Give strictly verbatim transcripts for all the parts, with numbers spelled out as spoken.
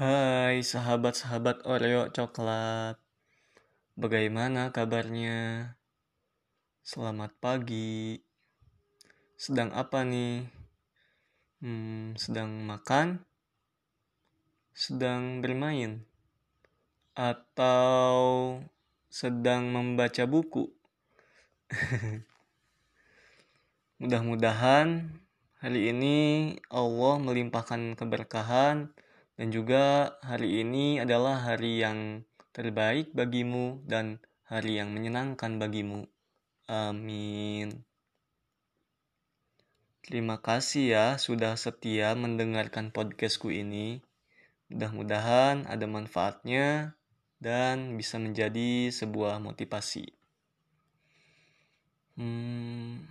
Hai sahabat-sahabat Oreo coklat, bagaimana kabarnya? Selamat pagi. Sedang apa nih? Hmm, sedang makan? Sedang bermain? Atau sedang membaca buku? Mudah-mudahan hari ini Allah melimpahkan keberkahan dan juga hari ini adalah hari yang terbaik bagimu dan hari yang menyenangkan bagimu. Amin. Terima kasih ya sudah setia mendengarkan podcastku ini. Mudah-mudahan ada manfaatnya dan bisa menjadi sebuah motivasi. Hmm,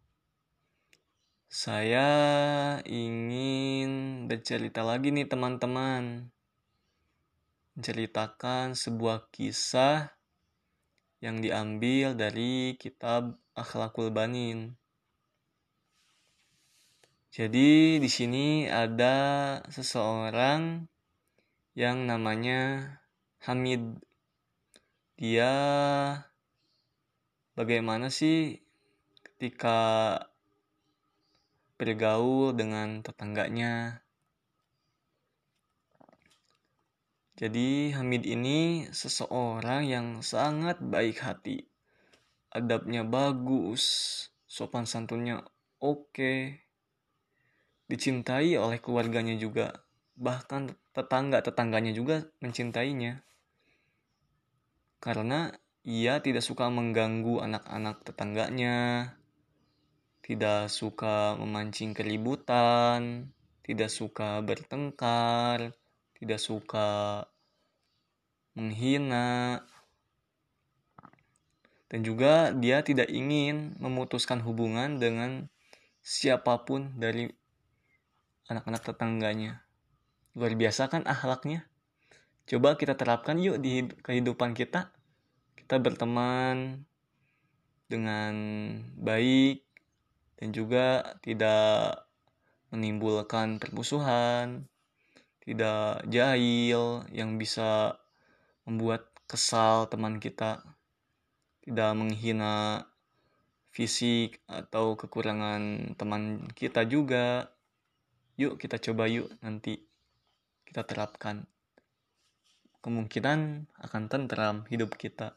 saya ingin bercerita lagi nih teman-teman. Menceritakan sebuah kisah yang diambil dari kitab Akhlakul Banin. Jadi di sini ada seseorang yang namanya Hamid. Dia bagaimana sih ketika bergaul dengan tetangganya. Jadi Hamid ini seseorang yang sangat baik hati. Adabnya bagus, sopan santunnya oke. Dicintai oleh keluarganya juga. Bahkan tetangga-tetangganya juga mencintainya. Karena ia tidak suka mengganggu anak-anak tetangganya, tidak suka memancing keributan, tidak suka bertengkar, tidak suka menghina, dan juga dia tidak ingin memutuskan hubungan dengan siapapun dari anak-anak tetangganya. Luar biasa kan akhlaknya? Coba kita terapkan yuk di kehidupan kita. Kita berteman dengan baik dan juga tidak menimbulkan permusuhan, tidak jahil yang bisa membuat kesal teman kita, tidak menghina fisik atau kekurangan teman kita juga. Yuk kita coba yuk nanti kita terapkan. Kemungkinan akan tentram hidup kita.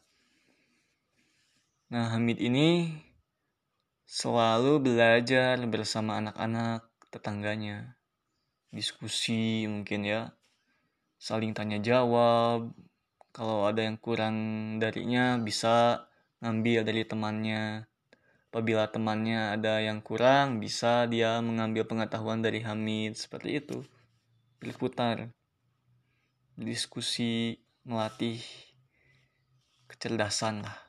Nah, Hamid ini selalu belajar bersama anak-anak tetangganya. Diskusi mungkin ya. Saling tanya jawab. Kalau ada yang kurang darinya bisa ngambil dari temannya. Apabila temannya ada yang kurang, bisa dia mengambil pengetahuan dari Hamid. Seperti itu. Berputar. Diskusi, melatih kecerdasan lah.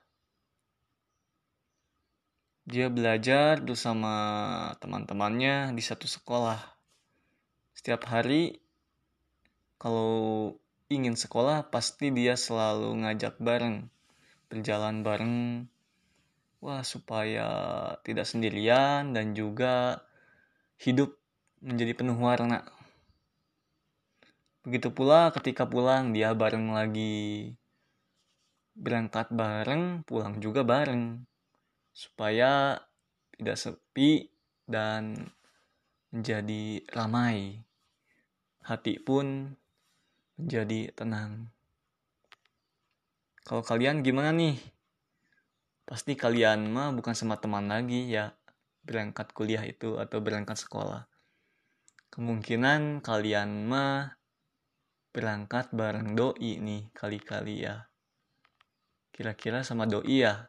Dia belajar bersama teman-temannya di satu sekolah. Setiap hari kalau ingin sekolah pasti dia selalu ngajak bareng, berjalan bareng. Wah, supaya tidak sendirian dan juga hidup menjadi penuh warna. Begitu pula ketika pulang dia bareng lagi. Berangkat bareng, pulang juga bareng. Supaya tidak sepi dan menjadi ramai. Hati pun menjadi tenang. Kalau kalian gimana nih? Pasti kalian mah bukan sama teman lagi ya berangkat kuliah itu atau berangkat sekolah. Kemungkinan kalian mah berangkat bareng doi nih kali-kali ya. Kira-kira sama doi ya?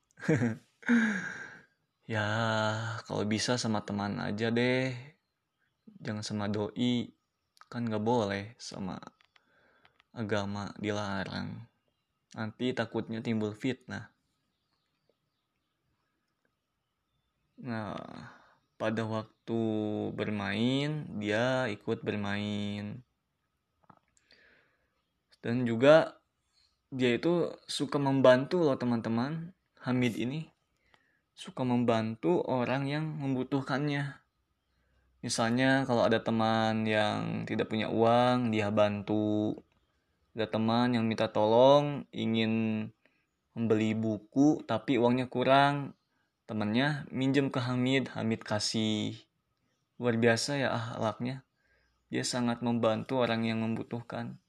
Ya, kalau bisa sama teman aja deh. Jangan sama doi. Kan gak boleh, sama agama dilarang. Nanti takutnya timbul fitnah. Nah, pada waktu bermain, dia ikut bermain. Dan juga dia itu suka membantu loh teman-teman. Hamid ini suka membantu orang yang membutuhkannya. Misalnya kalau ada teman yang tidak punya uang, dia bantu. Ada teman yang minta tolong, ingin membeli buku tapi uangnya kurang. Temannya minjem ke Hamid, Hamid kasih. Luar biasa ya akhlaknya. Dia sangat membantu orang yang membutuhkan.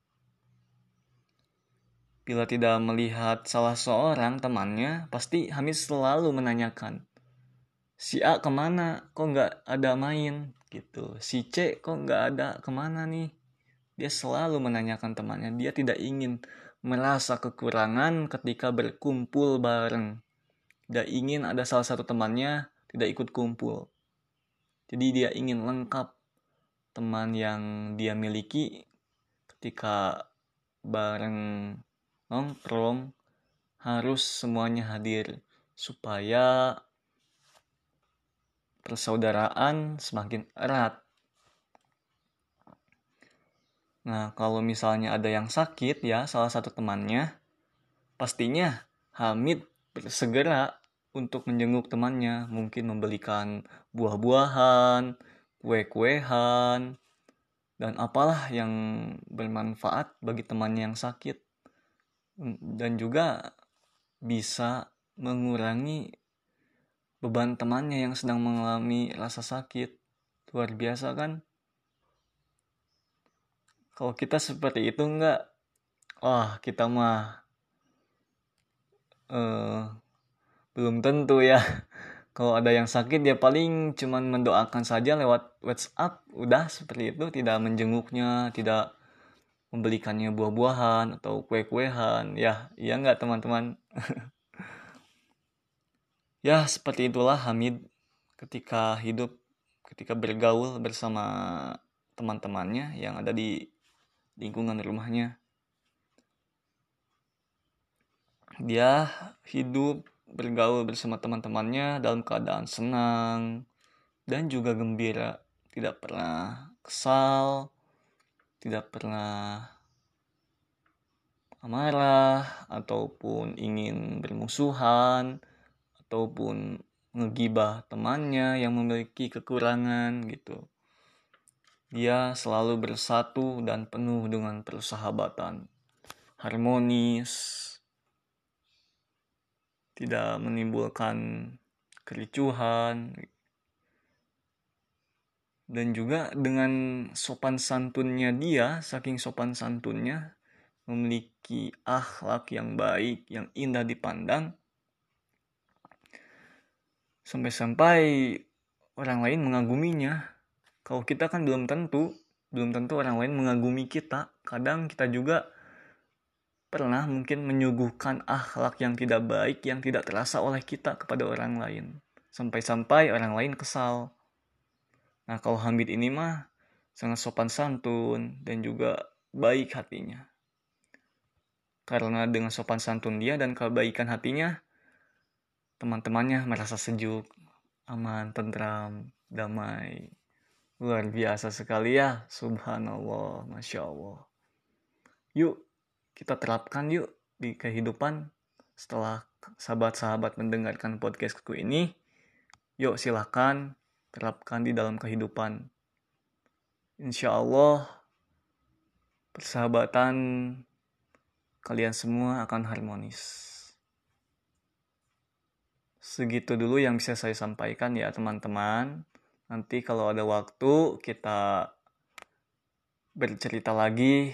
Bila tidak melihat salah seorang temannya, pasti Hamid selalu menanyakan, si A kemana? Kok nggak ada main? Gitu. Si C kok nggak ada kemana nih? Dia selalu menanyakan temannya. Dia tidak ingin merasa kekurangan ketika berkumpul bareng. Tidak ingin ada salah satu temannya tidak ikut kumpul. Jadi dia ingin lengkap teman yang dia miliki ketika bareng nongkrong harus semuanya hadir supaya persaudaraan semakin erat. Nah, kalau misalnya ada yang sakit ya, salah satu temannya, pastinya Hamid segera untuk menjenguk temannya, mungkin membelikan buah-buahan, kue-kuehan, dan apalah yang bermanfaat bagi temannya yang sakit. Dan juga bisa mengurangi beban temannya yang sedang mengalami rasa sakit. Luar biasa kan? Kalau kita seperti itu enggak, wah kita mah eh, belum tentu ya. Kalau ada yang sakit dia paling cuman mendoakan saja lewat WhatsApp, udah seperti itu, tidak menjenguknya, tidak membelikannya buah-buahan atau kue-kuehan. Ya, iya enggak teman-teman? Ya, seperti itulah Hamid ketika hidup, ketika bergaul bersama teman-temannya yang ada di lingkungan rumahnya. Dia hidup bergaul bersama teman-temannya dalam keadaan senang dan juga gembira, tidak pernah kesal, tidak pernah marah ataupun ingin bermusuhan ataupun ngegibah temannya yang memiliki kekurangan gitu. Dia selalu bersatu dan penuh dengan persahabatan, harmonis, tidak menimbulkan kericuhan, dan juga dengan sopan santunnya dia, saking sopan santunnya, memiliki akhlak yang baik, yang indah dipandang, sampai-sampai orang lain mengaguminya. Kalau kita kan belum tentu, belum tentu orang lain mengagumi kita. Kadang kita juga pernah mungkin menyuguhkan akhlak yang tidak baik, yang tidak terasa oleh kita kepada orang lain. Sampai-sampai orang lain kesal. Nah, kalau Hamid ini mah sangat sopan santun dan juga baik hatinya. Karena dengan sopan santun dia dan kebaikan hatinya, teman-temannya merasa sejuk, aman, tentram, damai. Luar biasa sekali ya, subhanallah, masya Allah. Yuk, kita terapkan yuk di kehidupan. Setelah sahabat-sahabat mendengarkan podcastku ini, yuk silahkan terapkan di dalam kehidupan. Insya Allah, persahabatan kalian semua akan harmonis. Segitu dulu yang bisa saya sampaikan ya teman-teman. Nanti kalau ada waktu kita bercerita lagi.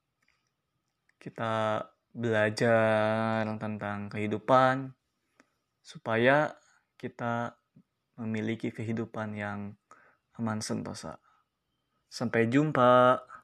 Kita belajar tentang kehidupan supaya kita memiliki kehidupan yang aman sentosa. Sampai jumpa.